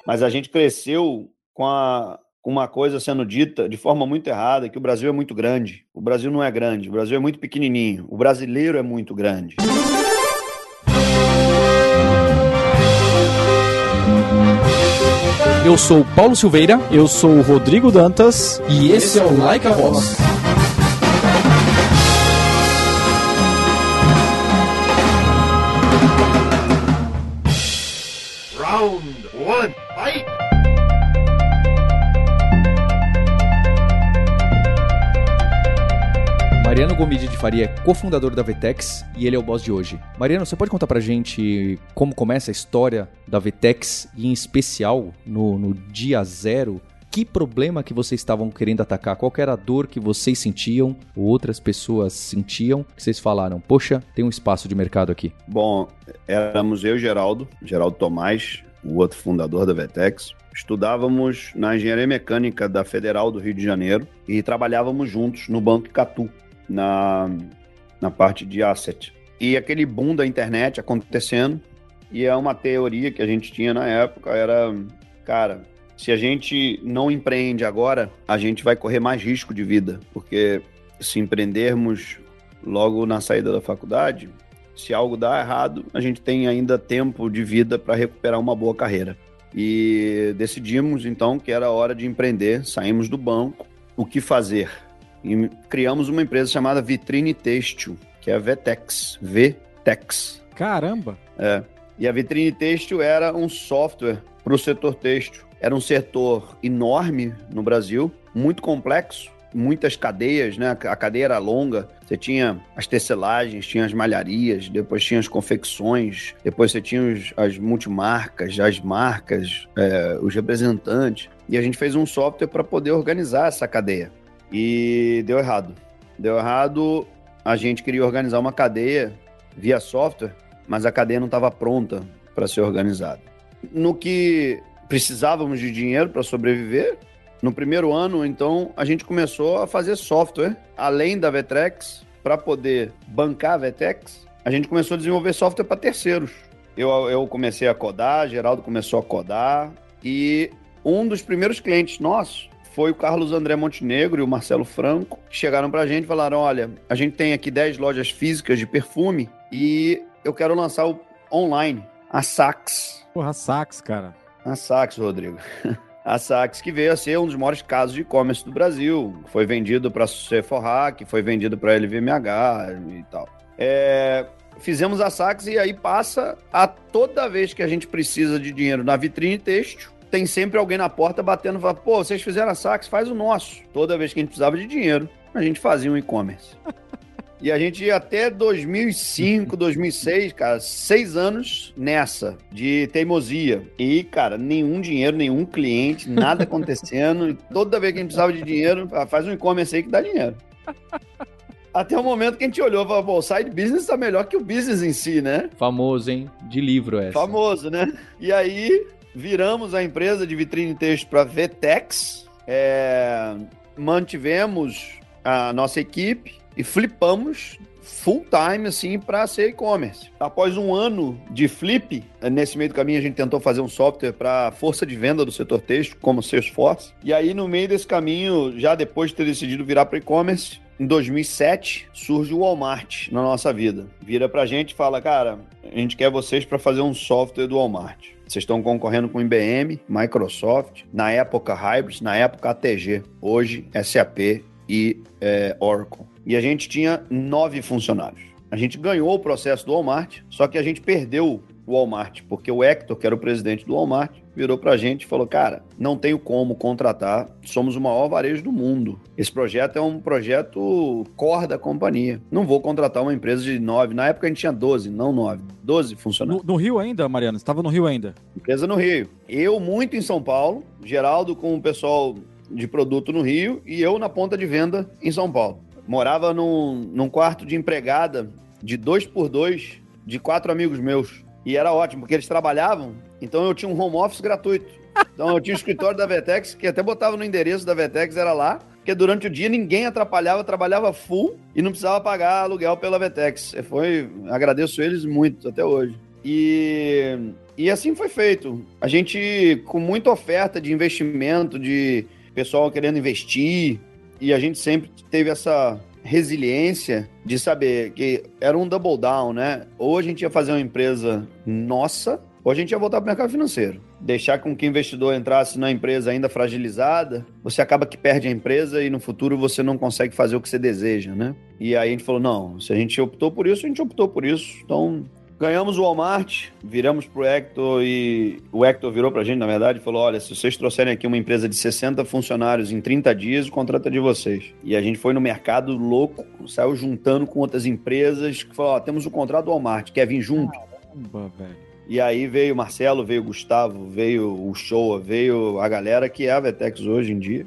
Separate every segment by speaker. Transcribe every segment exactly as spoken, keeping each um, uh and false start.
Speaker 1: Mas a gente cresceu com, a, com uma coisa sendo dita de forma muito errada, que o Brasil é muito grande. O Brasil não é grande, o Brasil é muito pequenininho. O brasileiro é muito grande.
Speaker 2: Eu sou o Paulo Silveira.
Speaker 3: Eu sou o Rodrigo Dantas.
Speaker 2: E esse é o Like a Boss.
Speaker 4: Round one, fight!
Speaker 2: Mariano Gomide de Faria é cofundador da Vetex e ele é o boss de hoje. Mariano, você pode contar pra gente como começa a história da Vetex e, em especial, no, no dia zero, que problema que vocês estavam querendo atacar? Qual que era a dor que vocês sentiam ou outras pessoas sentiam que vocês falaram, poxa, tem um espaço de mercado aqui?
Speaker 1: Bom, éramos eu e Geraldo, Geraldo Tomás, o outro fundador da Vetex. Estudávamos na Engenharia Mecânica da Federal do Rio de Janeiro e trabalhávamos juntos no Banco Icatu. Na, na parte de asset. E aquele boom da internet acontecendo, e é uma teoria que a gente tinha na época, era, cara, se a gente não empreende agora, a gente vai correr mais risco de vida, porque se empreendermos logo na saída da faculdade, se algo dá errado, a gente tem ainda tempo de vida para recuperar uma boa carreira. E decidimos, então, que era hora de empreender, saímos do banco, o que fazer? E criamos uma empresa chamada Vitrine Têxtil, que é a Vetex, V-Tex.
Speaker 3: Caramba!
Speaker 1: É. E a Vitrine Têxtil era um software para o setor têxtil. Era um setor enorme no Brasil, muito complexo, muitas cadeias, né? A cadeia era longa, você tinha as tecelagens, tinha as malharias, depois tinha as confecções, depois você tinha os, as multimarcas, as marcas, é, os representantes. E a gente fez um software para poder organizar essa cadeia. E deu errado. Deu errado, a gente queria organizar uma cadeia via software, mas a cadeia não estava pronta para ser organizada. No que precisávamos de dinheiro para sobreviver, no primeiro ano, então, a gente começou a fazer software, além da Vetex, para poder bancar a Vetex, a gente começou a desenvolver software para terceiros. Eu, eu comecei a codar, Geraldo começou a codar, e um dos primeiros clientes nossos foi o Carlos André Montenegro e o Marcelo Franco, que chegaram pra gente e falaram, olha, a gente tem aqui dez lojas físicas de perfume e eu quero lançar o online, a Saks.
Speaker 3: Porra, a Saks, cara.
Speaker 1: A Saks, Rodrigo. A Saks, que veio a ser um dos maiores casos de e-commerce do Brasil. Foi vendido para Sephora, que foi vendido para L V M H e tal. É... Fizemos a Saks e aí passa a toda vez que a gente precisa de dinheiro na Vitrine Têxtil, tem sempre alguém na porta batendo, fala, pô, vocês fizeram a Saks, faz o nosso. Toda vez que a gente precisava de dinheiro, a gente fazia um e-commerce. E a gente ia até dois mil e cinco, dois mil e seis, cara, seis anos nessa, de teimosia. E, cara, nenhum dinheiro, nenhum cliente, nada acontecendo. E toda vez que a gente precisava de dinheiro, faz um e-commerce aí que dá dinheiro. Até o momento que a gente olhou e falou, pô, o side business tá melhor que o business em si, né?
Speaker 2: Famoso, hein? De livro essa.
Speaker 1: Famoso, né? E aí... viramos a empresa de Vitrine Têxtil para Vetex, é, mantivemos a nossa equipe e flipamos full time assim, para ser e-commerce. Após um ano de flip, nesse meio do caminho a gente tentou fazer um software para força de venda do setor têxtil, como o Salesforce. E aí no meio desse caminho, já depois de ter decidido virar para e-commerce, em dois mil e sete, surge o Walmart na nossa vida. Vira pra gente e fala, cara, a gente quer vocês para fazer um software do Walmart. Vocês estão concorrendo com I B M, Microsoft, na época Hybris, na época A T G, hoje S A P e é, Oracle. E a gente tinha nove funcionários. A gente ganhou o processo do Walmart, só que a gente perdeu o Walmart, porque o Hector, que era o presidente do Walmart, virou pra gente e falou, cara, não tenho como contratar, somos o maior varejo do mundo. Esse projeto é um projeto core da companhia. Não vou contratar uma empresa de nove, na época a gente tinha doze, não nove, doze funcionários.
Speaker 3: No, no Rio ainda, Mariano? Você estava no Rio ainda?
Speaker 1: Empresa no Rio. Eu muito em São Paulo, Geraldo com o pessoal de produto no Rio e eu na ponta de venda em São Paulo. Morava num, num quarto de empregada de dois por dois de quatro amigos meus. E era ótimo, porque eles trabalhavam, então eu tinha um home office gratuito. Então eu tinha o escritório da Vetex, que até botava no endereço da Vetex, era lá, porque durante o dia ninguém atrapalhava, trabalhava full e não precisava pagar aluguel pela Vetex. Foi, agradeço eles muito até hoje. E, e assim foi feito. A gente, com muita oferta de investimento, de pessoal querendo investir, e a gente sempre teve essa resiliência de saber que era um double down, né? Ou a gente ia fazer uma empresa nossa, ou a gente ia voltar para o mercado financeiro. Deixar com que o investidor entrasse na empresa ainda fragilizada, você acaba que perde a empresa e no futuro você não consegue fazer o que você deseja, né? E aí a gente falou, não, se a gente optou por isso, a gente optou por isso. Então, ganhamos o Walmart, viramos pro Hector e o Hector virou pra gente, na verdade, e falou, olha, se vocês trouxerem aqui uma empresa de sessenta funcionários em trinta dias, o contrato é de vocês. E a gente foi no mercado louco, saiu juntando com outras empresas, que falou, ó, temos o contrato do Walmart, quer vir junto?
Speaker 3: Caramba, velho.
Speaker 1: E aí veio o Marcelo, veio o Gustavo, veio o Showa, veio a galera que é a Vetex hoje em dia.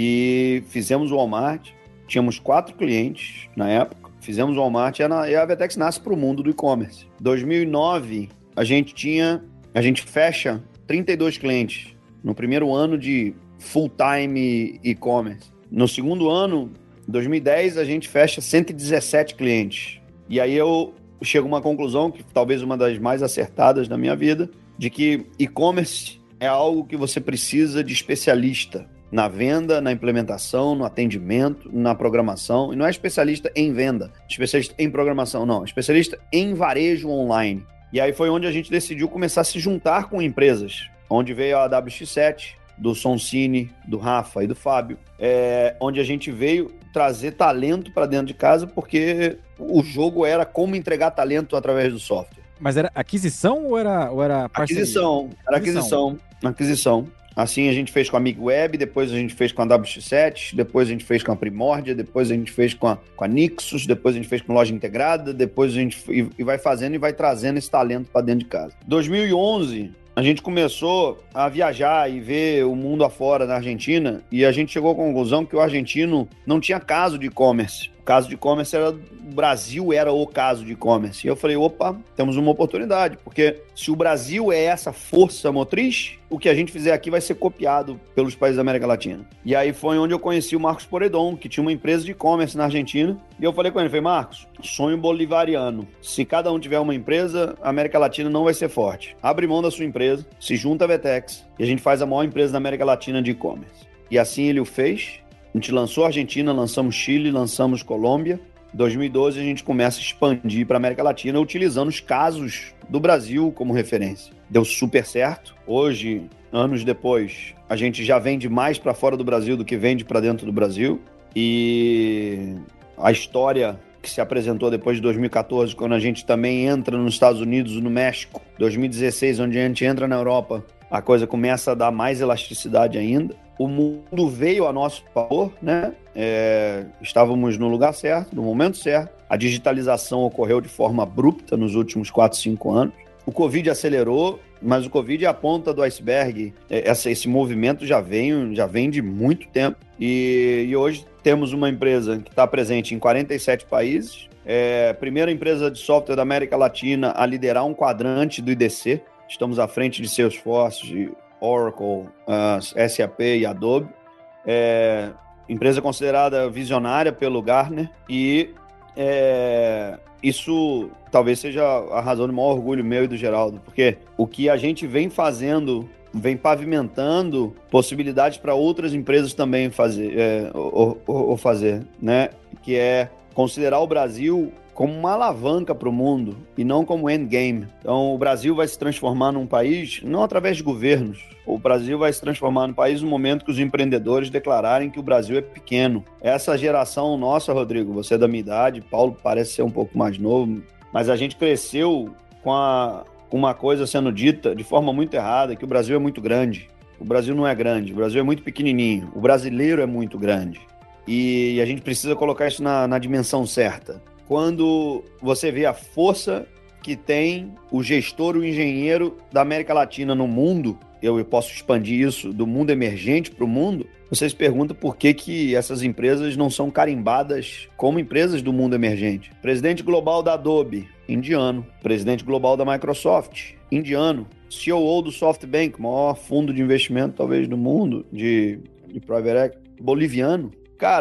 Speaker 1: E fizemos o Walmart, tínhamos quatro clientes na época, fizemos o Walmart e a Vetex nasce para o mundo do e-commerce. Em dois mil e nove, a gente tinha, a gente fecha trinta e dois clientes no primeiro ano de full-time e-commerce. No segundo ano, em dois mil e dez, a gente fecha cento e dezessete clientes. E aí eu chego a uma conclusão, que talvez uma das mais acertadas da minha vida, de que e-commerce é algo que você precisa de especialista na venda, na implementação, no atendimento, na programação. E não é especialista em venda, especialista em programação, não. Especialista em varejo online. E aí foi onde a gente decidiu começar a se juntar com empresas, onde veio a W X sete, do Soncini, do Rafa e do Fábio, é, onde a gente veio trazer talento para dentro de casa, porque o jogo era como entregar talento através do software.
Speaker 3: Mas era aquisição ou era, ou era parceria?
Speaker 1: Aquisição, era aquisição, aquisição. Assim a gente fez com a MigWeb, depois a gente fez com a W X sete, depois a gente fez com a Primordia, depois a gente fez com a, com a Nixus, depois a gente fez com Loja Integrada, depois a gente e, e vai fazendo e vai trazendo esse talento para dentro de casa. dois mil e onze, a gente começou a viajar e ver o mundo afora na Argentina e a gente chegou à conclusão que o argentino não tinha caso de e-commerce. O caso de e-commerce era... O Brasil era o caso de e-commerce. E eu falei, opa, temos uma oportunidade, porque se o Brasil é essa força motriz, o que a gente fizer aqui vai ser copiado pelos países da América Latina. E aí foi onde eu conheci o Marcos Poredon, que tinha uma empresa de e-commerce na Argentina. E eu falei com ele, falei, Marcos, sonho bolivariano. Se cada um tiver uma empresa, a América Latina não vai ser forte. Abre mão da sua empresa, se junta a Vetex e a gente faz a maior empresa da América Latina de e-commerce. E assim ele o fez. A gente lançou a Argentina, lançamos Chile, lançamos Colômbia. Em dois mil e doze a gente começa a expandir para a América Latina utilizando os casos do Brasil como referência. Deu super certo. Hoje, anos depois, a gente já vende mais para fora do Brasil do que vende para dentro do Brasil. E a história que se apresentou depois de dois mil e catorze, quando a gente também entra nos Estados Unidos, no México. dois mil e dezesseis, onde a gente entra na Europa, a coisa começa a dar mais elasticidade ainda. O mundo veio a nosso favor, né? É, estávamos no lugar certo, no momento certo. A digitalização ocorreu de forma abrupta nos últimos quatro, cinco anos. O Covid acelerou, mas o Covid é a ponta do iceberg. Essa, esse movimento já vem, já vem de muito tempo. E, e hoje temos uma empresa que está presente em quarenta e sete países. É a primeira empresa de software da América Latina a liderar um quadrante do I D C. Estamos à frente de Salesforce, de Oracle, uh, S A P e Adobe. É, empresa considerada visionária pelo Gartner e é, isso talvez seja a razão do maior orgulho meu e do Geraldo, porque o que a gente vem fazendo, vem pavimentando possibilidades para outras empresas também fazer, é, ou, ou, ou fazer, né? Que é considerar o Brasil como uma alavanca para o mundo e não como endgame. Então, o Brasil vai se transformar num país, não através de governos, o Brasil vai se transformar num país no momento que os empreendedores declararem que o Brasil é pequeno. Essa geração nossa, Rodrigo, você é da minha idade, Paulo parece ser um pouco mais novo, mas a gente cresceu com, a, com uma coisa sendo dita de forma muito errada, que o Brasil é muito grande. O Brasil não é grande, o Brasil é muito pequenininho, o brasileiro é muito grande. E a gente precisa colocar isso na, na dimensão certa. Quando você vê a força que tem o gestor, o engenheiro da América Latina no mundo, eu posso expandir isso do mundo emergente para o mundo, você se pergunta por que, que essas empresas não são carimbadas como empresas do mundo emergente. Presidente global da Adobe, indiano. Presidente global da Microsoft, indiano. C E O do SoftBank, maior fundo de investimento talvez do mundo, de, de private equity, boliviano. Cara,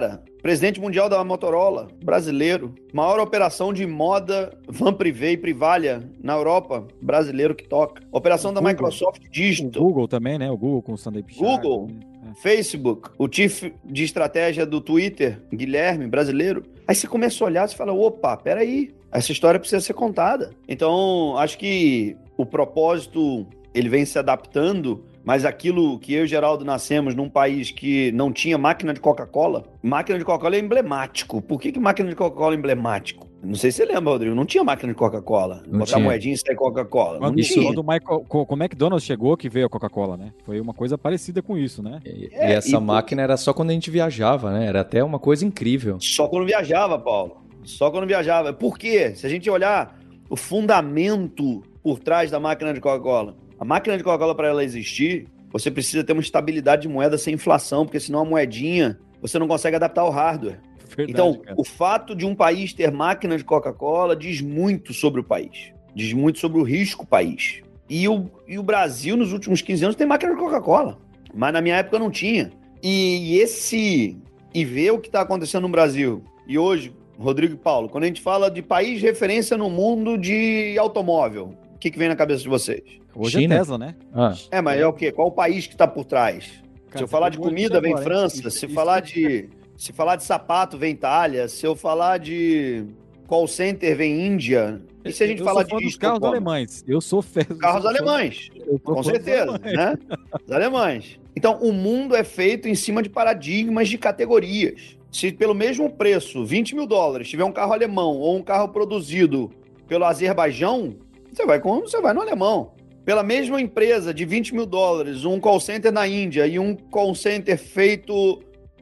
Speaker 1: Presidente mundial da Motorola, brasileiro. Maior operação de moda, Van Privé e Privalha na Europa, brasileiro que toca. Operação da
Speaker 3: Google.
Speaker 1: Microsoft
Speaker 3: O
Speaker 1: Digital.
Speaker 3: Google também, né? O Google com o Sunday Pichard.
Speaker 1: Google,
Speaker 3: É.
Speaker 1: Facebook, o chief de estratégia do Twitter, Guilherme, brasileiro. Aí você começa a olhar e fala, opa, peraí, essa história precisa ser contada. Então, acho que o propósito, ele vem se adaptando, mas aquilo que eu e o Geraldo nascemos num país que não tinha máquina de Coca-Cola, máquina de Coca-Cola é emblemático. Por que, que máquina de Coca-Cola é emblemático? Não sei se você lembra, Rodrigo, não tinha máquina de Coca-Cola.
Speaker 2: Não
Speaker 1: Botar
Speaker 2: tinha.
Speaker 1: moedinha e sair Coca-Cola. Não
Speaker 3: Quando,
Speaker 2: Isso.
Speaker 1: tinha.
Speaker 3: quando o, Michael, co- como o McDonald's chegou que veio a Coca-Cola, né? Foi uma coisa parecida com isso, né?
Speaker 2: E,
Speaker 1: É,
Speaker 2: e essa
Speaker 1: e-
Speaker 2: máquina era só quando a gente viajava, né? Era até uma coisa incrível.
Speaker 1: Só quando viajava, Paulo. Só quando viajava. Por quê? Se a gente olhar o fundamento por trás da máquina de Coca-Cola, a máquina de Coca-Cola, para ela existir, você precisa ter uma estabilidade de moeda sem inflação, porque senão a moedinha, você não consegue adaptar ao hardware.
Speaker 3: Verdade,
Speaker 1: Então,
Speaker 3: cara.
Speaker 1: o fato de um país ter máquina de Coca-Cola diz muito sobre o país. Diz muito sobre o risco país. E o, e o Brasil, nos últimos quinze anos, tem máquina de Coca-Cola. Mas na minha época não tinha. E esse... E ver o que está acontecendo no Brasil. E hoje, Rodrigo e Paulo, quando a gente fala de país referência no mundo de automóvel, o que, que vem na cabeça de vocês?
Speaker 3: Hoje
Speaker 2: China?
Speaker 3: é Tesla, né?
Speaker 2: Ah,
Speaker 1: É, mas é o quê? Qual o país que está por trás?
Speaker 3: Cara,
Speaker 1: Se eu falar
Speaker 3: você
Speaker 1: de
Speaker 3: pegou
Speaker 1: comida,
Speaker 3: isso
Speaker 1: vem
Speaker 3: agora, hein?
Speaker 1: França.
Speaker 3: Isso-
Speaker 1: Se
Speaker 3: isso
Speaker 1: falar
Speaker 3: que-
Speaker 1: de... Se falar de sapato, vem Itália. Se eu falar de call center, vem Índia. E se a gente
Speaker 3: eu
Speaker 1: falar
Speaker 3: sou fã
Speaker 1: de
Speaker 3: dos
Speaker 1: digital
Speaker 3: carros
Speaker 1: commerce?
Speaker 3: alemães. Eu sou fã. eu
Speaker 1: Carros
Speaker 3: sou fã-
Speaker 1: alemães,
Speaker 3: eu sou
Speaker 1: com
Speaker 3: fã dos
Speaker 1: certeza,
Speaker 3: alemães.
Speaker 1: né? Os alemães. Então, o mundo é feito em cima de paradigmas de categorias. Se pelo mesmo preço, vinte mil dólares, tiver um carro alemão ou um carro produzido pelo Azerbaijão, você vai, com, você vai no alemão. Pela mesma empresa de vinte mil dólares, um call center na Índia e um call center feito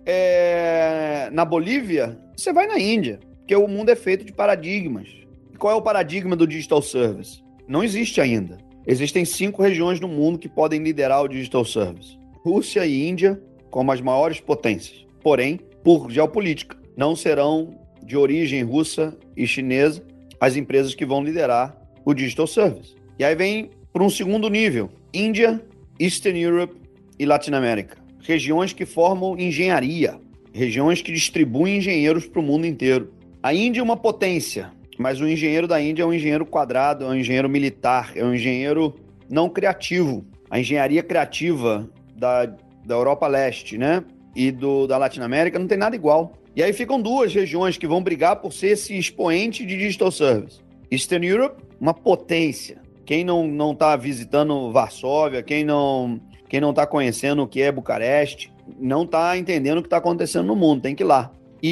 Speaker 1: é, na Bolívia, você vai na Índia. Porque o mundo é feito de paradigmas. E qual é o paradigma do Digital Service? Não existe ainda. Existem cinco regiões no mundo que podem liderar o Digital Service. Rússia e Índia como as maiores potências. Porém, por geopolítica, não serão de origem russa e chinesa as empresas que vão liderar o Digital Service. E aí vem para um segundo nível. Índia, Eastern Europe e Latinoamérica. Regiões que formam engenharia. Regiões que distribuem engenheiros para o mundo inteiro. A Índia é uma potência, mas o engenheiro da Índia é um engenheiro quadrado, é um engenheiro militar, é um engenheiro não criativo. A engenharia criativa da, da Europa Leste, né? E do, da Latinoamérica não tem nada igual. E aí ficam duas regiões que vão brigar por ser esse expoente de Digital Service. Eastern Europe, uma potência. Quem não não está visitando Varsóvia, quem não quem não está conhecendo o que é Bucareste, não está entendendo o que está acontecendo no mundo, tem que ir lá.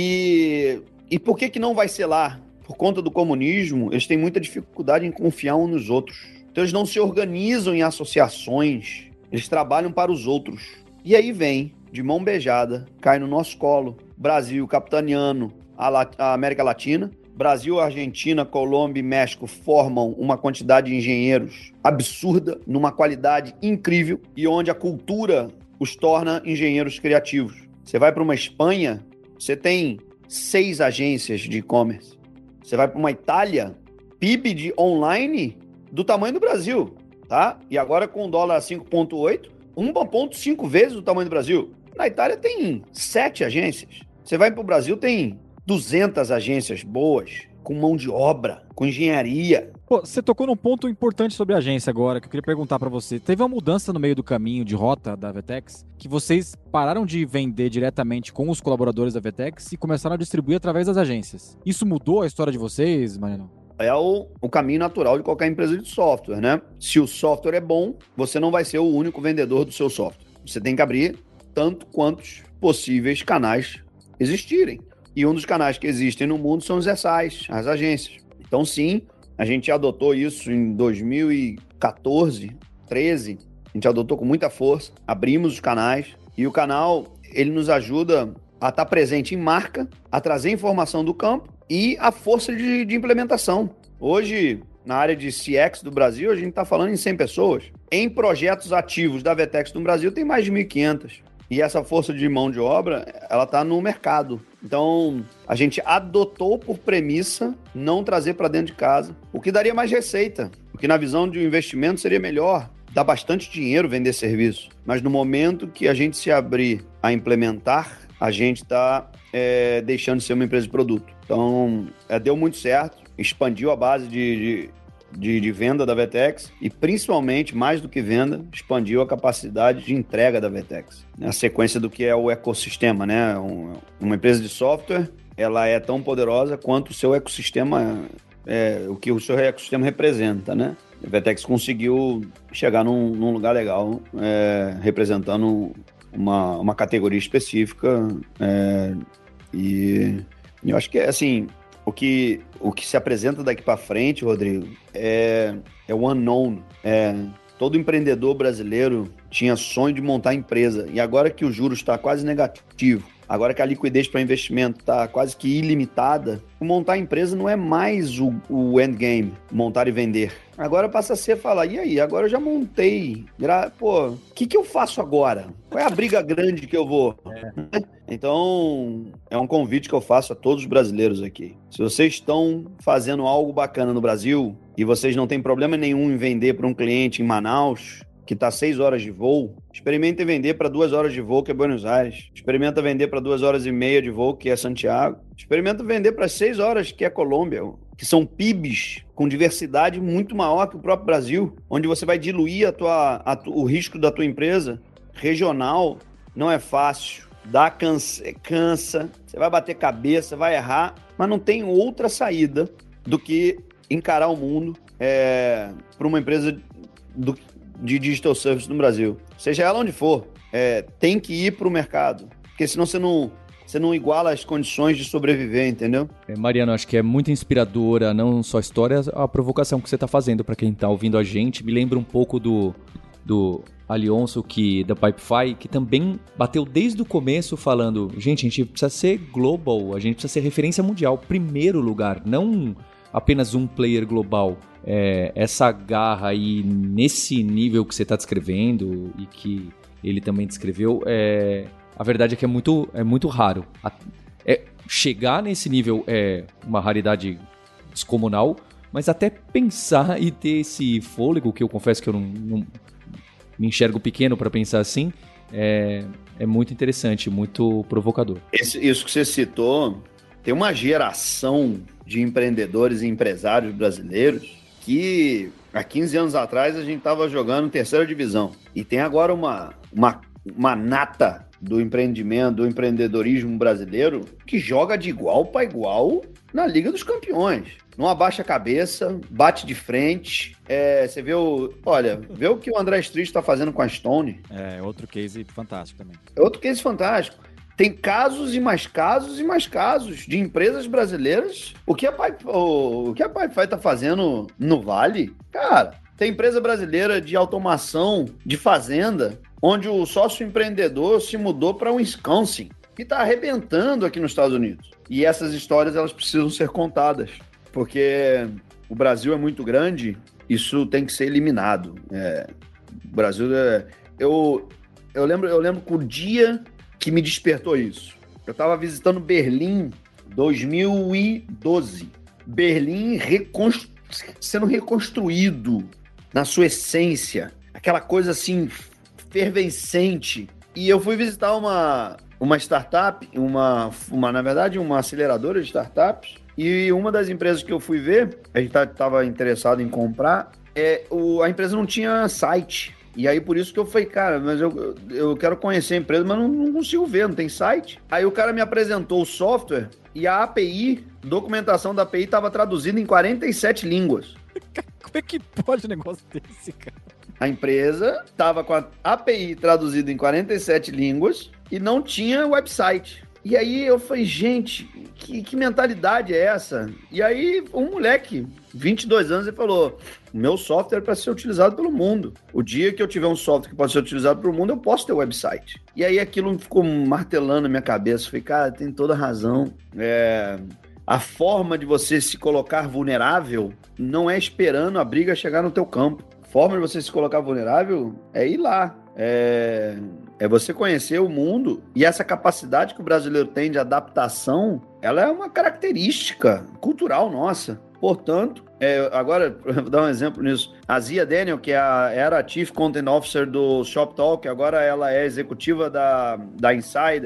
Speaker 1: E, e por que que não vai ser lá? Por conta do comunismo, eles têm muita dificuldade em confiar uns nos outros. Então eles não se organizam em associações, eles trabalham para os outros. E aí vem, de mão beijada, cai no nosso colo, Brasil capitaneando a, La- a América Latina. Brasil, Argentina, Colômbia e México formam uma quantidade de engenheiros absurda, numa qualidade incrível, e onde a cultura os torna engenheiros criativos. Você vai para uma Espanha, você tem seis agências de e-commerce. Você vai para uma Itália, P I B de online do tamanho do Brasil, tá? E agora com o dólar a cinco vírgula oito, um vírgula cinco vezes o tamanho do Brasil. Na Itália tem sete agências. Você vai para o Brasil, tem duzentas agências boas, com mão de obra, com engenharia.
Speaker 3: Pô, você tocou num ponto importante sobre a agência agora, que eu queria perguntar pra você. Teve uma mudança no meio do caminho de rota da Vetex, que vocês pararam de vender diretamente com os colaboradores da Vetex e começaram a distribuir através das agências. Isso mudou a história de vocês, Mariano?
Speaker 1: É o, o caminho natural de qualquer empresa de software, né? Se o software é bom, você não vai ser o único vendedor do seu software. Você tem que abrir tanto quantos possíveis canais existirem. E um dos canais que existem no mundo são os S Is, as agências. Então, sim, a gente adotou isso em dois mil e quatorze, treze. A gente adotou com muita força, abrimos os canais. E o canal, ele nos ajuda a estar presente em marca, a trazer informação do campo e a força de, de implementação. Hoje, na área de C X do Brasil, a gente está falando em cem pessoas. Em projetos ativos da Vetex no Brasil, tem mais de mil e quinhentas. E essa força de mão de obra, ela está no mercado. Então, a gente adotou por premissa não trazer para dentro de casa, o que daria mais receita. Porque na visão de um investimento seria melhor dar bastante dinheiro vender serviço. Mas no momento que a gente se abrir a implementar a gente está é, deixando de ser uma empresa de produto. Então, é, deu muito certo, expandiu a base de, de, de, de venda da Vetex e, principalmente, mais do que venda, expandiu a capacidade de entrega da Vetex. A sequência do que é o ecossistema, né? Um, uma empresa de software, ela é tão poderosa quanto o seu ecossistema, é, o que o seu ecossistema representa, né? A Vetex conseguiu chegar num, num lugar legal, é, representando uma, uma categoria específica, é, e eu acho que, assim, o que, o que se apresenta daqui para frente, Rodrigo, é, é o unknown. É, todo empreendedor brasileiro tinha sonho de montar empresa, e agora que o juros está quase negativo, agora que a liquidez para investimento está quase que ilimitada, montar empresa não é mais o, o endgame, montar e vender. Agora passa a ser falar, e aí, agora eu já montei, pô, o que, que eu faço agora? Qual é a briga grande que eu vou? É. Então, é um convite que eu faço a todos os brasileiros aqui. Se vocês estão fazendo algo bacana no Brasil e vocês não têm problema nenhum em vender para um cliente em Manaus, que está seis horas de voo, experimente vender para duas horas de voo, que é Buenos Aires. Experimenta vender para duas horas e meia de voo, que é Santiago. Experimenta vender para seis horas, que é Colômbia, que são P I Bs com diversidade muito maior que o próprio Brasil, onde você vai diluir a tua, a tu, o risco da tua empresa. Regional não é fácil, dá cansa, cansa, você vai bater cabeça, vai errar, mas não tem outra saída do que encarar o mundo é, para uma empresa do de digital service no Brasil, seja ela onde for, é, tem que ir para o mercado, porque senão você não, você não iguala as condições de sobreviver, entendeu?
Speaker 2: É, Mariano, acho que é muito inspiradora, não só a história, a provocação que você está fazendo para quem está ouvindo a gente. Me lembra um pouco do, do Alionso, que, da Pipefy, que também bateu desde o começo falando, gente, a gente precisa ser global, a gente precisa ser referência mundial, primeiro lugar, não apenas um player global. É, essa garra aí nesse nível que você está descrevendo e que ele também descreveu, é, a verdade é que é muito, é muito raro. A, é, chegar nesse nível é uma raridade descomunal, mas até pensar e ter esse fôlego, que eu confesso que eu não, não me enxergo pequeno para pensar assim, é, é muito interessante, muito provocador.
Speaker 1: Esse, isso que você citou, tem uma geração de empreendedores e empresários brasileiros que há quinze anos atrás a gente estava jogando terceira divisão. E tem agora uma, uma, uma nata do empreendimento, do empreendedorismo brasileiro que joga de igual para igual na Liga dos Campeões. Não abaixa a cabeça, bate de frente. É, você vê o... Olha, vê o que o André Street está fazendo com a Stone.
Speaker 3: É, outro case fantástico também.
Speaker 1: É outro case fantástico. Tem casos e mais casos e mais casos de empresas brasileiras. O que a Pipe, o que a Pipefy tá fazendo no Vale, cara, tem empresa brasileira de automação de fazenda, onde o sócio empreendedor se mudou para Wisconsin e tá arrebentando aqui nos Estados Unidos. E essas histórias, elas precisam ser contadas, porque o Brasil é muito grande, isso tem que ser eliminado. É, o Brasil é... Eu, eu, lembro, eu lembro que o dia que me despertou isso. Eu estava visitando Berlim em dois mil e doze. Berlim reconstru... sendo reconstruído na sua essência. Aquela coisa assim, fervescente. E eu fui visitar uma, uma startup, uma, uma, na verdade, uma aceleradora de startups. E uma das empresas que eu fui ver, a gente estava interessado em comprar, é, o, a empresa não tinha site. E aí, por isso que eu falei, cara, mas eu, eu quero conhecer a empresa, mas não, não consigo ver, não tem site. Aí o cara me apresentou o software e a A P I, documentação da A P I, estava traduzida em quarenta e sete línguas.
Speaker 3: Como é que pode um negócio desse, cara?
Speaker 1: A empresa estava com a A P I traduzida em quarenta e sete línguas e não tinha website. E aí eu falei, gente, que, que mentalidade é essa? E aí um moleque, vinte e dois anos, ele falou, o meu software é para ser utilizado pelo mundo. O dia que eu tiver um software que pode ser utilizado pelo mundo, eu posso ter website. E aí aquilo ficou martelando na minha cabeça. Eu falei, cara, tem toda razão. É... A forma de você se colocar vulnerável não é esperando a briga chegar no teu campo. A forma de você se colocar vulnerável é ir lá. É... é você conhecer o mundo, e essa capacidade que o brasileiro tem de adaptação, ela é uma característica cultural nossa. Portanto, é, agora, vou dar um exemplo nisso. A Zia Daniel, que é a, era a Chief Content Officer do ShopTalk, agora ela é executiva da, da Insider.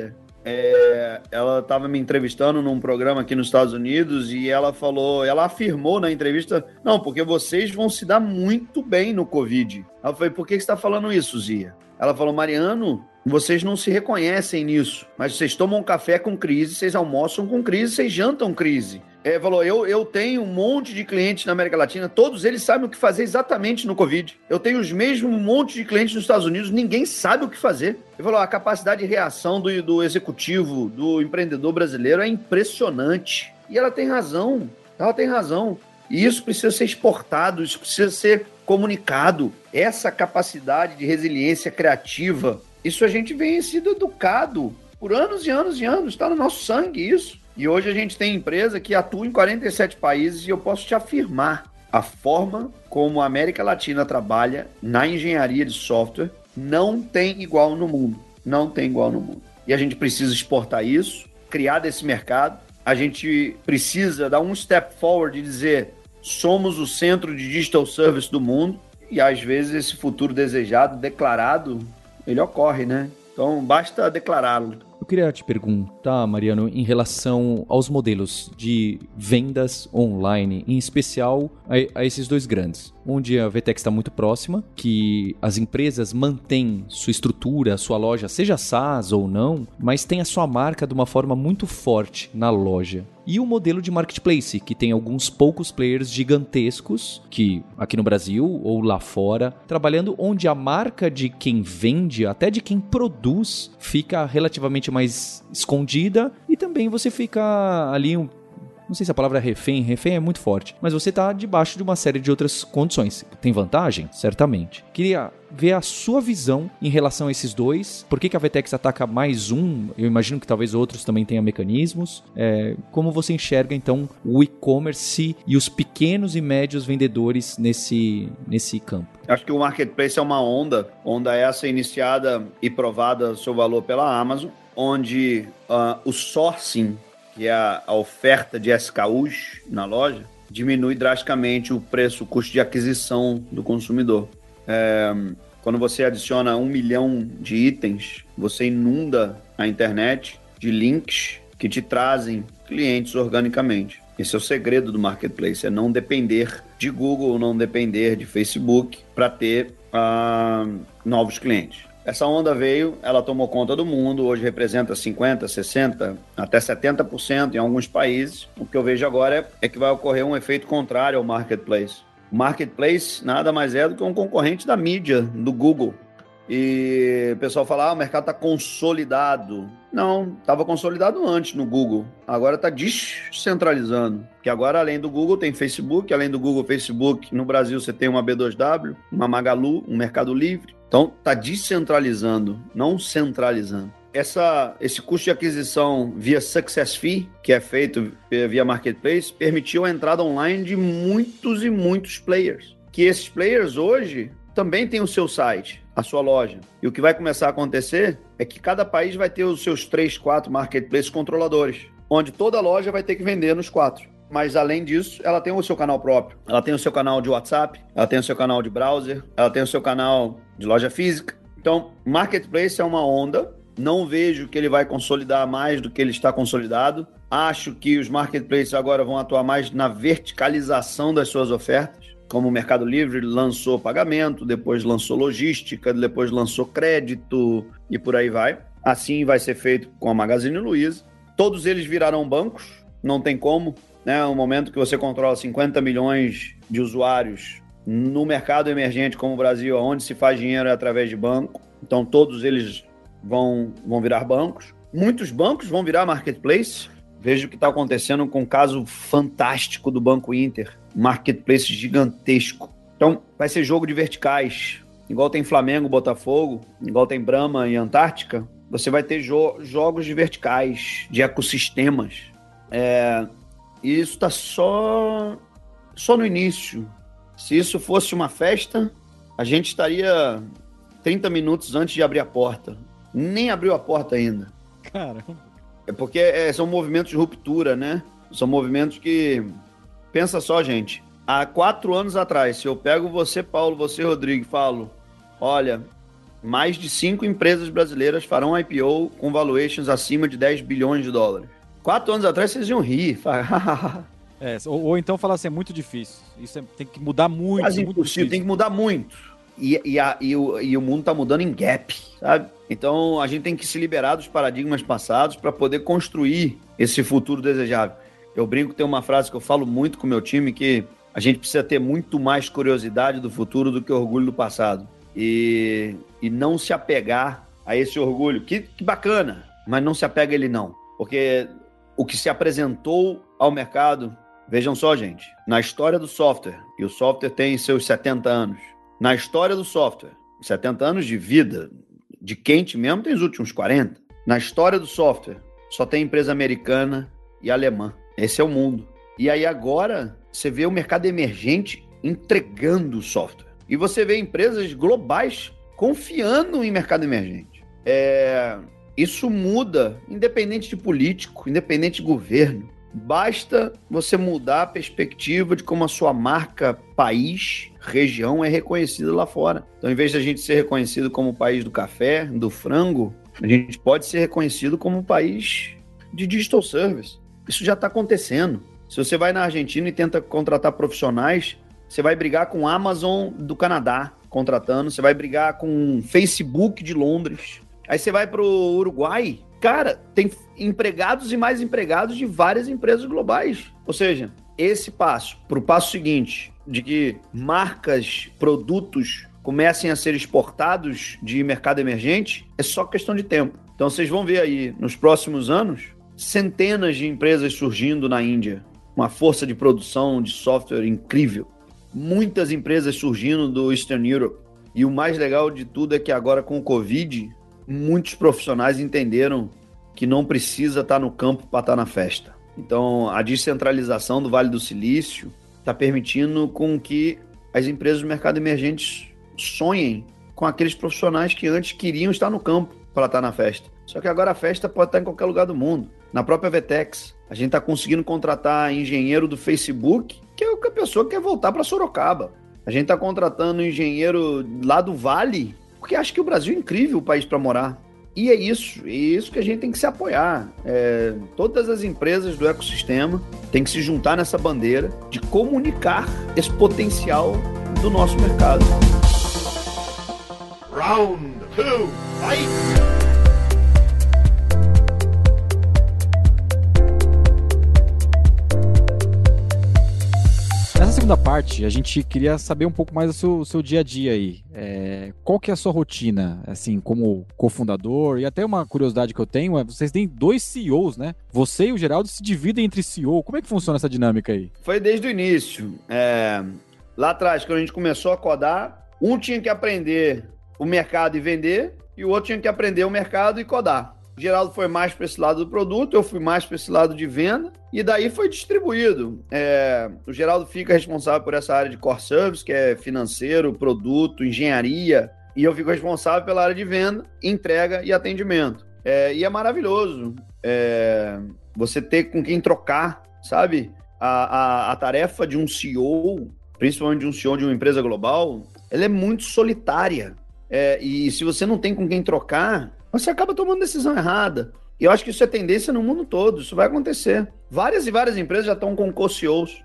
Speaker 1: É, ela estava me entrevistando num programa aqui nos Estados Unidos e ela falou, ela afirmou na entrevista, não, porque vocês vão se dar muito bem no Covid. Ela falou, por que você está falando isso, Zia? Ela falou, Mariano, vocês não se reconhecem nisso, mas vocês tomam café com crise, vocês almoçam com crise, vocês jantam crise. Ele falou, eu, eu tenho um monte de clientes na América Latina, todos eles sabem o que fazer exatamente no Covid. Eu tenho os mesmos um monte de clientes nos Estados Unidos, ninguém sabe o que fazer. Ele falou, a capacidade de reação do, do executivo, do empreendedor brasileiro é impressionante. E ela tem razão, ela tem razão. E isso precisa ser exportado, isso precisa ser comunicado. Essa capacidade de resiliência criativa, isso a gente vem sido educado por anos e anos e anos, está no nosso sangue isso. E hoje a gente tem empresa que atua em quarenta e sete países e eu posso te afirmar, a forma como a América Latina trabalha na engenharia de software não tem igual no mundo. Não tem igual no mundo. E a gente precisa exportar isso, criar desse mercado. A gente precisa dar um step forward e dizer, somos o centro de digital service do mundo. E às vezes esse futuro desejado, declarado, ele ocorre, né? Então basta declará-lo.
Speaker 2: Eu queria te perguntar, Mariano, em relação aos modelos de vendas online, em especial a, a esses dois grandes, onde a V TEX está muito próxima, que as empresas mantêm sua estrutura, sua loja, seja SaaS ou não, mas tem a sua marca de uma forma muito forte na loja. E o modelo de marketplace, que tem alguns poucos players gigantescos, que aqui no Brasil ou lá fora, trabalhando onde a marca de quem vende, até de quem produz, fica relativamente mais escondida e também você fica ali um não sei se a palavra é refém, refém é muito forte, mas você está debaixo de uma série de outras condições. Tem vantagem? Certamente. Queria ver a sua visão em relação a esses dois. Por que, que a V TEX ataca mais um? Eu imagino que talvez outros também tenham mecanismos. É, como você enxerga, então, o e-commerce e os pequenos e médios vendedores nesse, nesse campo?
Speaker 1: Acho que o marketplace é uma onda, onda essa iniciada e provada seu valor pela Amazon, onde uh, o sourcing, que é a, a oferta de S K Us na loja, diminui drasticamente o preço, o custo de aquisição do consumidor. É, quando você adiciona um milhão de itens, você inunda a internet de links que te trazem clientes organicamente. Esse é o segredo do marketplace, é não depender de Google, não depender de Facebook para ter uh, novos clientes. Essa onda veio, ela tomou conta do mundo, hoje representa cinquenta, sessenta, até setenta por cento em alguns países. O que eu vejo agora é, é que vai ocorrer um efeito contrário ao marketplace. O marketplace nada mais é do que um concorrente da mídia, do Google. E o pessoal fala, ah, o mercado está consolidado. Não, estava consolidado antes no Google. Agora está descentralizando. Porque agora, além do Google, tem Facebook. Além do Google, Facebook, no Brasil você tem uma B dois W, uma Magalu, um Mercado Livre. Então, está descentralizando, não centralizando. Essa, esse custo de aquisição via Success Fee, que é feito via Marketplace, permitiu a entrada online de muitos e muitos players. Que esses players hoje também têm o seu site, a sua loja. E o que vai começar a acontecer é que cada país vai ter os seus três, quatro marketplaces controladores, onde toda loja vai ter que vender nos quatro. Mas, além disso, ela tem o seu canal próprio. Ela tem o seu canal de WhatsApp, ela tem o seu canal de browser, ela tem o seu canal de loja física. Então, marketplace é uma onda. Não vejo que ele vai consolidar mais do que ele está consolidado. Acho que os marketplaces agora vão atuar mais na verticalização das suas ofertas. Como o Mercado Livre lançou pagamento, depois lançou logística, depois lançou crédito e por aí vai. Assim vai ser feito com a Magazine Luiza. Todos eles virarão bancos, não tem como. Né, no momento que você controla cinquenta milhões de usuários no mercado emergente como o Brasil, onde se faz dinheiro é através de banco, então todos eles vão, vão virar bancos. Muitos bancos vão virar marketplace. Veja o que está acontecendo com o caso fantástico do Banco Inter, marketplace gigantesco. Então vai ser jogo de verticais, igual tem Flamengo, Botafogo, igual tem Brahma e Antártica. Você vai ter jo- jogos de verticais, de ecossistemas. É... E isso está só, só no início. Se isso fosse uma festa, a gente estaria trinta minutos antes de abrir a porta. Nem abriu a porta ainda.
Speaker 3: Caramba.
Speaker 1: É porque é, são movimentos de ruptura, né? São movimentos que... Pensa só, gente. Há quatro anos atrás, se eu pego você, Paulo, você, Rodrigo, e falo, olha, mais de cinco empresas brasileiras farão I P O com valuations acima de dez bilhões de dólares. Quatro anos atrás vocês iam rir.
Speaker 3: é, ou, ou então falar assim, é muito difícil. Isso é, tem que mudar muito.
Speaker 1: Quase
Speaker 3: muito
Speaker 1: impossível,
Speaker 3: difícil.
Speaker 1: tem que mudar muito. E, e, a, e, o, e o mundo está mudando em gap, sabe? Então a gente tem que se liberar dos paradigmas passados para poder construir esse futuro desejável. Eu brinco, tem uma frase que eu falo muito com o meu time, que a gente precisa ter muito mais curiosidade do futuro do que orgulho do passado. E, e não se apegar a esse orgulho. Que, que bacana, mas não se apega a ele não. Porque o que se apresentou ao mercado, vejam só, gente, na história do software, e o software tem seus setenta anos, na história do software, setenta anos de vida, de quente mesmo, tem os últimos quarenta. Na história do software, só tem empresa americana e alemã. Esse é o mundo. E aí agora, você vê o mercado emergente entregando o software. E você vê empresas globais confiando em mercado emergente. É... Isso muda, independente de político, independente de governo. Basta você mudar a perspectiva de como a sua marca, país, região é reconhecida lá fora. Então, em vez de a gente ser reconhecido como o país do café, do frango, a gente pode ser reconhecido como o país de digital service. Isso já está acontecendo. Se você vai na Argentina e tenta contratar profissionais, você vai brigar com a Amazon do Canadá contratando, você vai brigar com o Facebook de Londres. Aí você vai para o Uruguai, cara, tem empregados e mais empregados de várias empresas globais. Ou seja, esse passo, para o passo seguinte, de que marcas, produtos comecem a ser exportados de mercado emergente, é só questão de tempo. Então vocês vão ver aí, nos próximos anos, centenas de empresas surgindo na Índia, uma força de produção de software incrível. Muitas empresas surgindo do Eastern Europe. E o mais legal de tudo é que agora com o Covid, muitos profissionais entenderam que não precisa estar no campo para estar na festa. Então, a descentralização do Vale do Silício está permitindo com que as empresas do mercado emergente sonhem com aqueles profissionais que antes queriam estar no campo para estar na festa. Só que agora a festa pode estar em qualquer lugar do mundo. Na própria Vetex, a gente está conseguindo contratar engenheiro do Facebook, que é a pessoa que quer voltar para Sorocaba. A gente está contratando engenheiro lá do Vale, porque acha que o Brasil é incrível o país para morar. E é isso, é isso que a gente tem que se apoiar. É, todas as empresas do ecossistema têm que se juntar nessa bandeira de comunicar esse potencial do nosso mercado.
Speaker 4: Round two, fight!
Speaker 3: Nessa segunda parte, a gente queria saber um pouco mais do seu, do seu dia a dia aí. É, qual que é a sua rotina, assim, como cofundador? E até uma curiosidade que eu tenho é, vocês têm dois C E Os, né? Você e o Geraldo se dividem entre C E O. Como é que funciona essa dinâmica aí?
Speaker 1: Foi desde o início. É, lá atrás, quando a gente começou a codar, um tinha que aprender o mercado e vender, e o outro tinha que aprender o mercado e codar. O Geraldo foi mais para esse lado do produto, eu fui mais para esse lado de venda, e daí foi distribuído. É, o Geraldo fica responsável por essa área de core service, que é financeiro, produto, engenharia, e eu fico responsável pela área de venda, entrega e atendimento. É, e é maravilhoso é, você ter com quem trocar, sabe? A, a, a tarefa de um C E O, principalmente de um C E O de uma empresa global, ela é muito solitária. É, e se você não tem com quem trocar, você acaba tomando decisão errada. E eu acho que isso é tendência no mundo todo, isso vai acontecer. Várias e várias empresas já estão com co-C E Os.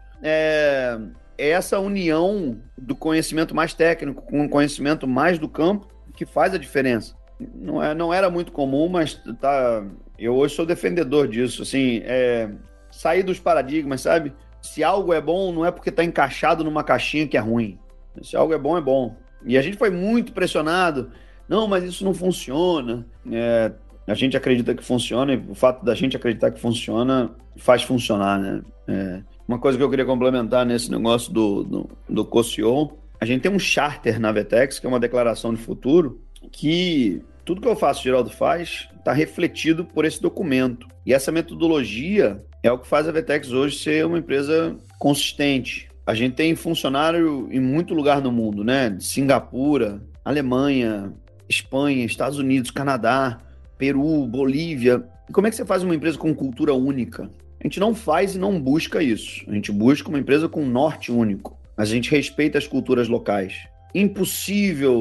Speaker 1: É, é essa união do conhecimento mais técnico com o conhecimento mais do campo que faz a diferença. Não, é, não era muito comum, mas tá, eu hoje sou defendedor disso. Assim, é, sair dos paradigmas, sabe? Se algo é bom, não é porque está encaixado numa caixinha que é ruim. Se algo é bom, é bom. E a gente foi muito pressionado. Não, mas isso não funciona. É, a gente acredita que funciona, e o fato da gente acreditar que funciona faz funcionar, né? É, uma coisa que eu queria complementar nesse negócio do, do, do co-C E O, a gente tem um charter na Vetex, que é uma declaração de futuro, que tudo que eu faço, o Geraldo faz, está refletido por esse documento. E essa metodologia é o que faz a Vetex hoje ser uma empresa consistente. A gente tem funcionário em muito lugar no mundo, né? Singapura, Alemanha, Espanha, Estados Unidos, Canadá, Peru, Bolívia. E como é que você faz uma empresa com cultura única? A gente não faz e não busca isso. A gente busca uma empresa com norte único. Mas a gente respeita as culturas locais. Impossível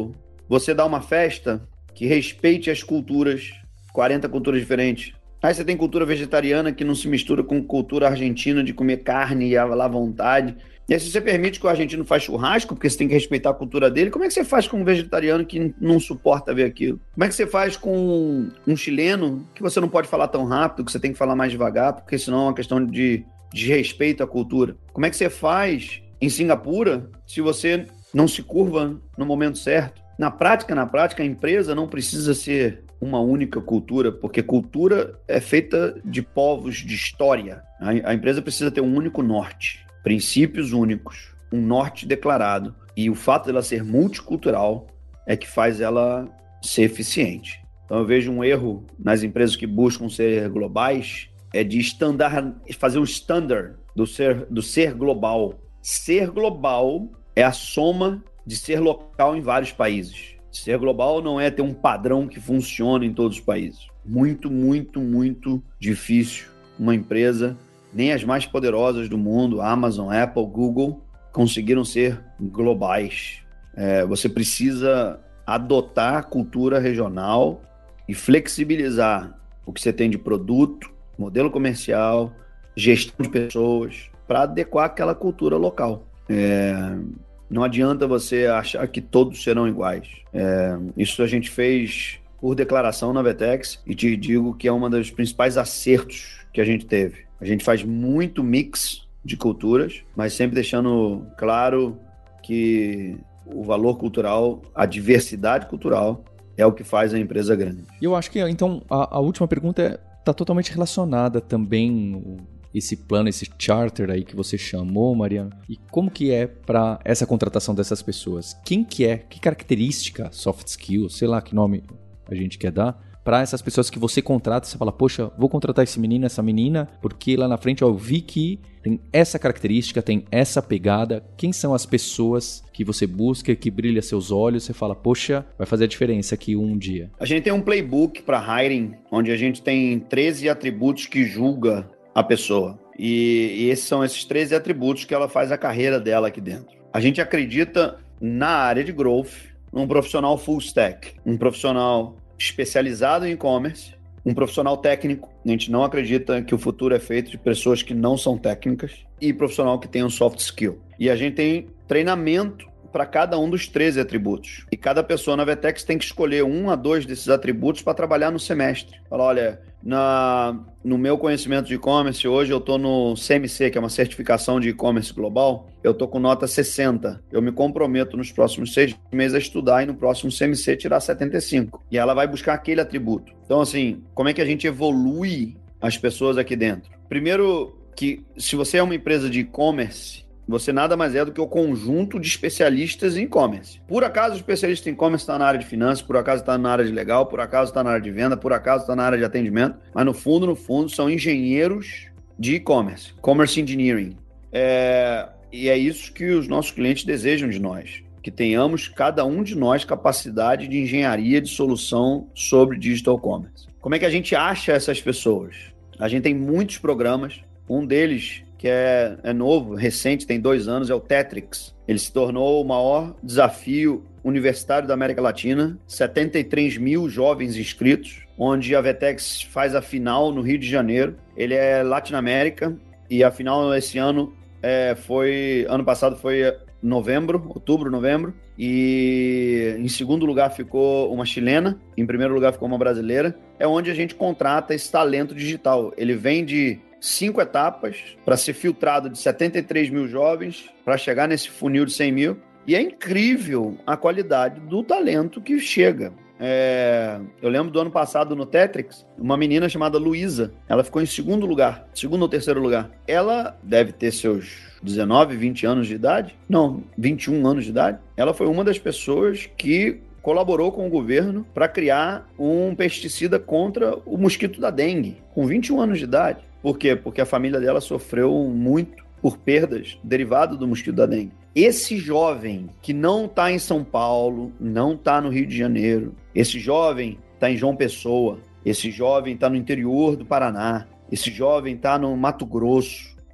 Speaker 1: você dá uma festa que respeite as culturas, quarenta culturas diferentes. Aí você tem cultura vegetariana que não se mistura com cultura argentina de comer carne à lá vontade. E aí se você permite que o argentino faça churrasco, porque você tem que respeitar a cultura dele, como é que você faz com um vegetariano que não suporta ver aquilo? Como é que você faz com um chileno que você não pode falar tão rápido, que você tem que falar mais devagar, porque senão é uma questão de, de respeito à cultura? Como é que você faz em Singapura se você não se curva no momento certo? Na prática, na prática, a empresa não precisa ser uma única cultura, porque cultura é feita de povos, de história. A, a empresa precisa ter um único norte, princípios únicos, um norte declarado. E o fato dela ser multicultural é que faz ela ser eficiente. Então eu vejo um erro nas empresas que buscam ser globais, é de standard, fazer um standard do ser, do ser global. Ser global é a soma de ser local em vários países. Ser global não é ter um padrão que funcione em todos os países. Muito, muito, muito difícil uma empresa, nem as mais poderosas do mundo, Amazon, Apple, Google, conseguiram ser globais. É, você precisa adotar a cultura regional e flexibilizar o que você tem de produto, modelo comercial, gestão de pessoas, para adequar aquela cultura local. É... Não adianta você achar que todos serão iguais. É, isso a gente fez por declaração na Vetex e te digo que é um dos principais acertos que a gente teve. A gente faz muito mix de culturas, mas sempre deixando claro que o valor cultural, a diversidade cultural é o que faz a empresa grande.
Speaker 2: E eu acho que, então, a, a última pergunta está totalmente relacionada também... esse plano, esse charter aí que você chamou, Mariano, e como que é para essa contratação dessas pessoas? Quem que é, que característica, soft skills, sei lá que nome a gente quer dar, para essas pessoas que você contrata, você fala, poxa, vou contratar esse menino, essa menina, porque lá na frente ó, eu vi que tem essa característica, tem essa pegada. Quem são as pessoas que você busca, que brilha seus olhos, você fala, poxa, vai fazer a diferença aqui um dia?
Speaker 1: A gente tem um playbook para hiring, onde a gente tem treze atributos que julga a pessoa. E, e esses são esses treze atributos que ela faz a carreira dela aqui dentro. A gente acredita na área de growth, num profissional full stack, um profissional especializado em e-commerce, um profissional técnico. A gente não acredita que o futuro é feito de pessoas que não são técnicas e profissional que tem um soft skill. E a gente tem treinamento para cada um dos treze atributos. E cada pessoa na Vetex tem que escolher um a dois desses atributos para trabalhar no semestre. Fala, olha, na, no meu conhecimento de e-commerce, hoje eu estou no C M C, que é uma certificação de e-commerce global, eu estou com nota sessenta. Eu me comprometo nos próximos seis meses a estudar e no próximo C M C tirar setenta e cinco. E ela vai buscar aquele atributo. Então, assim, como é que a gente evolui as pessoas aqui dentro? Primeiro, que se você é uma empresa de e-commerce, você nada mais é do que o conjunto de especialistas em e-commerce. Por acaso o especialista em e-commerce está na área de finanças, por acaso está na área de legal, por acaso está na área de venda, por acaso está na área de atendimento, mas no fundo, no fundo, são engenheiros de e-commerce, commerce engineering. É, e é isso que os nossos clientes desejam de nós, que tenhamos, cada um de nós, capacidade de engenharia de solução sobre digital commerce. Como é que a gente acha essas pessoas? A gente tem muitos programas, um deles... que é, é novo, recente, tem dois anos, é o Tetrix. Ele se tornou o maior desafio universitário da América Latina, setenta e três mil jovens inscritos, onde a Vetex faz a final no Rio de Janeiro. Ele é Latinoamérica e a final esse ano é, foi, ano passado foi novembro, outubro, novembro, e em segundo lugar ficou uma chilena, em primeiro lugar ficou uma brasileira. É onde a gente contrata esse talento digital. Ele vem de cinco etapas para ser filtrado de setenta e três mil jovens para chegar nesse funil de cem mil. E é incrível a qualidade do talento que chega. É... Eu lembro do ano passado no Tetrix, uma menina chamada Luísa, ela ficou em segundo lugar, segundo ou terceiro lugar. Ela deve ter seus dezenove, vinte anos de idade, não, vinte e um anos de idade. Ela foi uma das pessoas que colaborou com o governo para criar um pesticida contra o mosquito da dengue, com vinte e um anos de idade. Por quê? Porque a família dela sofreu muito por perdas derivado do mosquito da dengue. Esse jovem que não está em São Paulo, não está no Rio de Janeiro, esse jovem está em João Pessoa, esse jovem está no interior do Paraná, esse jovem está no Mato Grosso,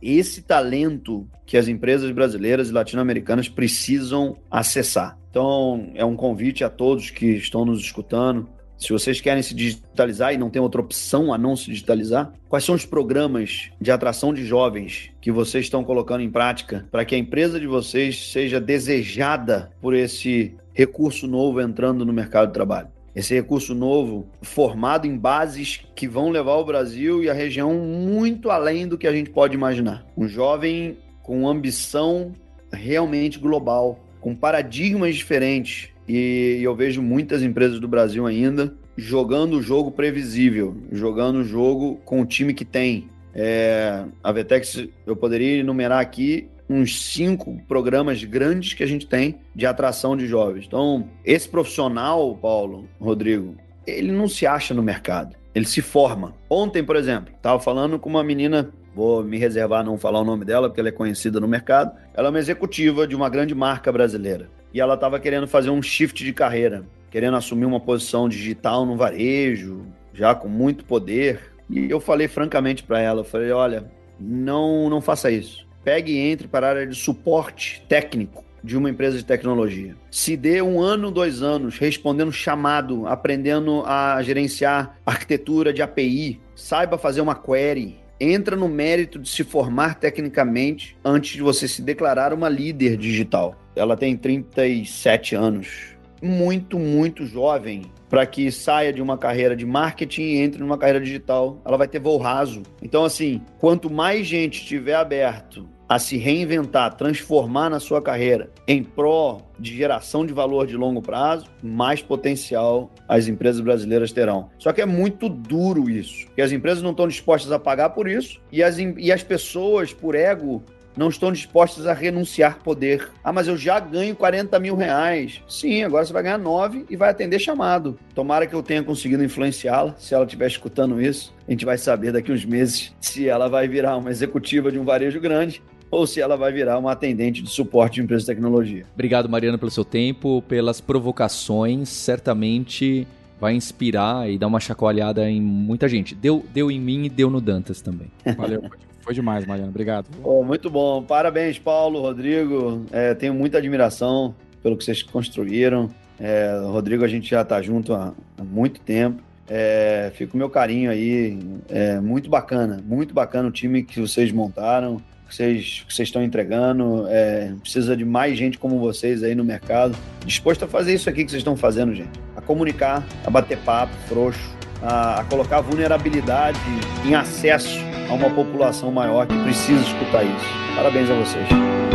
Speaker 1: esse talento que as empresas brasileiras e latino-americanas precisam acessar. Então, é um convite a todos que estão nos escutando. Se vocês querem se digitalizar e não tem outra opção a não se digitalizar, quais são os programas de atração de jovens que vocês estão colocando em prática para que a empresa de vocês seja desejada por esse recurso novo entrando no mercado de trabalho? Esse recurso novo formado em bases que vão levar o Brasil e a região muito além do que a gente pode imaginar. Um jovem com ambição realmente global, com paradigmas diferentes. E eu vejo muitas empresas do Brasil ainda jogando o jogo previsível, jogando o jogo com o time que tem. É, a Vetex, eu poderia enumerar aqui uns cinco programas grandes que a gente tem de atração de jovens. Então, esse profissional, Paulo, Rodrigo, ele não se acha no mercado, ele se forma. Ontem, por exemplo, estava falando com uma menina, vou me reservar a não falar o nome dela, porque ela é conhecida no mercado. Ela é uma executiva de uma grande marca brasileira. E ela estava querendo fazer um shift de carreira, querendo assumir uma posição digital no varejo, já com muito poder. E eu falei francamente para ela, eu falei, olha, não, não faça isso. Pegue e entre para a área de suporte técnico de uma empresa de tecnologia. Se dê um ano, dois anos, respondendo chamado, aprendendo a gerenciar arquitetura de A P I, saiba fazer uma query, entra no mérito de se formar tecnicamente antes de você se declarar uma líder digital. Ela tem trinta e sete anos, muito, muito jovem, para que saia de uma carreira de marketing e entre numa carreira digital. Ela vai ter voo raso. Então, assim, quanto mais gente estiver aberto a se reinventar, transformar na sua carreira em pró de geração de valor de longo prazo, mais potencial as empresas brasileiras terão. Só que é muito duro isso, porque as empresas não estão dispostas a pagar por isso e as, e as pessoas, por ego, não estão dispostas a renunciar poder. Ah, mas eu já ganho quarenta mil reais. Sim, agora você vai ganhar nove e vai atender chamado. Tomara que eu tenha conseguido influenciá-la. Se ela estiver escutando isso, a gente vai saber daqui uns meses se ela vai virar uma executiva de um varejo grande ou se ela vai virar uma atendente de suporte de empresa de tecnologia.
Speaker 2: Obrigado, Mariano, pelo seu tempo, pelas provocações. Certamente vai inspirar e dar uma chacoalhada em muita gente. Deu, deu em mim e deu no Dantas também.
Speaker 3: Valeu. Foi demais, Mariano. Obrigado.
Speaker 1: Oh, muito bom. Parabéns, Paulo, Rodrigo. É, tenho muita admiração pelo que vocês construíram. É, Rodrigo, a gente já está junto há, há muito tempo. É, fica o meu carinho aí. É muito bacana, muito bacana o time que vocês montaram, que vocês, que vocês estão entregando. É, precisa de mais gente como vocês aí no mercado, disposto a fazer isso aqui que vocês estão fazendo, gente. A comunicar, a bater papo, frouxo, a, a colocar vulnerabilidade em acesso a uma população maior que precisa escutar isso. Parabéns a vocês.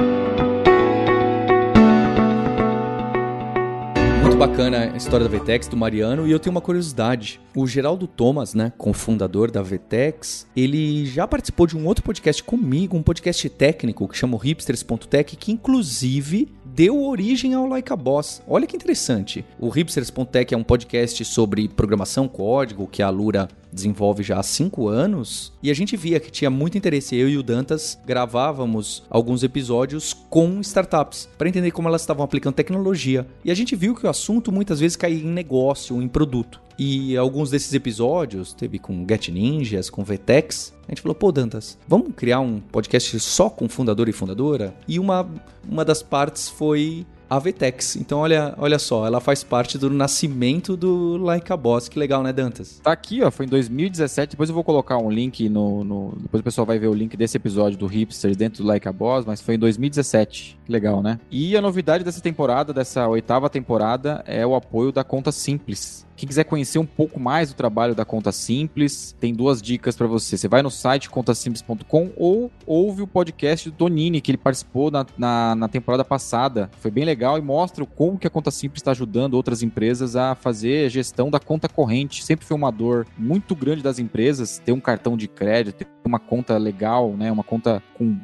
Speaker 2: Muito bacana a história da Vetex, do Mariano, e eu tenho uma curiosidade. O Geraldo Thomas, né, cofundador da Vetex, ele já participou de um outro podcast comigo, um podcast técnico que chama o hipsters ponto tech, que inclusive deu origem ao Like a Boss. Olha que interessante. O hipsters ponto tech é um podcast sobre programação, código, que a Alura desenvolve já há cinco anos, e a gente via que tinha muito interesse. Eu e o Dantas gravávamos alguns episódios com startups para entender como elas estavam aplicando tecnologia, e a gente viu que o assunto muitas vezes caía em negócio, em produto. E alguns desses episódios, teve com Get Ninjas, com Vetex, a gente falou, pô, Dantas, vamos criar um podcast só com fundador e fundadora? E uma, uma das partes foi a Vetex. Então, olha, olha só, ela faz parte do nascimento do Like a Boss. Que legal, né, Dantas?
Speaker 3: Tá aqui, ó, foi em dois mil e dezessete. Depois eu vou colocar um link no, no... Depois o pessoal vai ver o link desse episódio do Hipsters dentro do Like a Boss, mas foi em dois mil e dezessete. Que legal, né? E a novidade dessa temporada, dessa oitava temporada, é o apoio da Conta Simples. Quem quiser conhecer um pouco mais do trabalho da Conta Simples, tem duas dicas para você. Você vai no site conta simples ponto com ou ouve o podcast do Tonini, que ele participou na, na, na temporada passada. Foi bem legal e mostra como que a Conta Simples está ajudando outras empresas a fazer a gestão da conta corrente. Sempre foi uma dor muito grande das empresas ter um cartão de crédito, ter uma conta legal, né? Uma conta com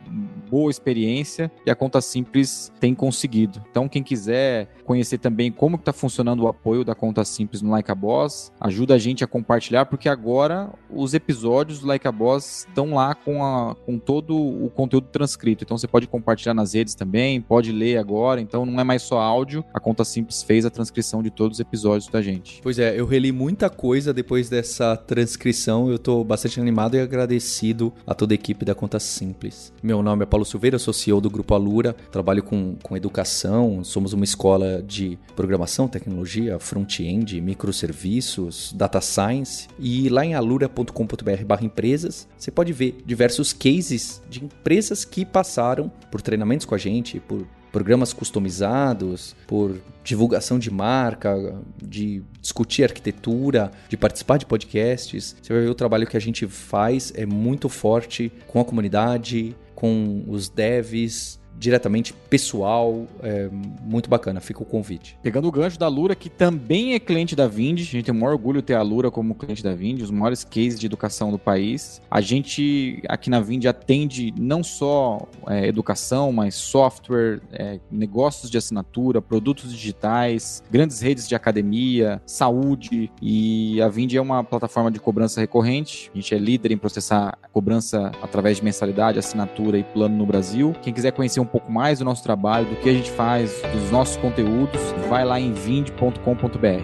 Speaker 3: boa experiência e a Conta Simples tem conseguido. Então, quem quiser conhecer também como está funcionando o apoio da Conta Simples no Like a Boss, ajuda a gente a compartilhar, porque agora os episódios do Like a Boss estão lá com, a, com todo o conteúdo transcrito. Então, você pode compartilhar nas redes também, pode ler agora. Então, não é mais só áudio. A Conta Simples fez a transcrição de todos os episódios da gente.
Speaker 2: Pois é, eu reli muita coisa depois dessa transcrição. Eu estou bastante animado e agradecido a toda a equipe da Conta Simples. Meu nome é Paulo Silveira, eu sou C E O do Grupo Alura, trabalho com, com educação, somos uma escola de programação, tecnologia, front-end, microserviços, data science, e lá em alura ponto com ponto b r barra empresas você pode ver diversos cases de empresas que passaram por treinamentos com a gente, por programas customizados, por divulgação de marca, de discutir arquitetura, de participar de podcasts. Você vai ver o trabalho que a gente faz, é muito forte com a comunidade, com os devs, diretamente pessoal, é muito bacana, fica o convite.
Speaker 3: Pegando o gancho da Alura, que também é cliente da Vind, a gente tem o maior orgulho de ter a Alura como cliente da Vind, os maiores cases de educação do país. A gente aqui na Vind atende não só é, educação, mas software, é, negócios de assinatura, produtos digitais, grandes redes de academia, saúde, e a Vind é uma plataforma de cobrança recorrente. A gente é líder em processar cobrança através de mensalidade, assinatura e plano no Brasil. Quem quiser conhecer um um pouco mais do nosso trabalho, do que a gente faz, dos nossos conteúdos, vai lá em vind ponto com ponto b r.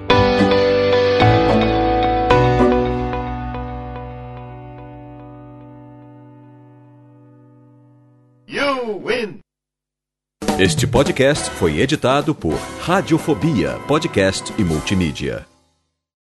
Speaker 4: You win!
Speaker 5: Este podcast foi editado por Radiofobia, podcast e multimídia.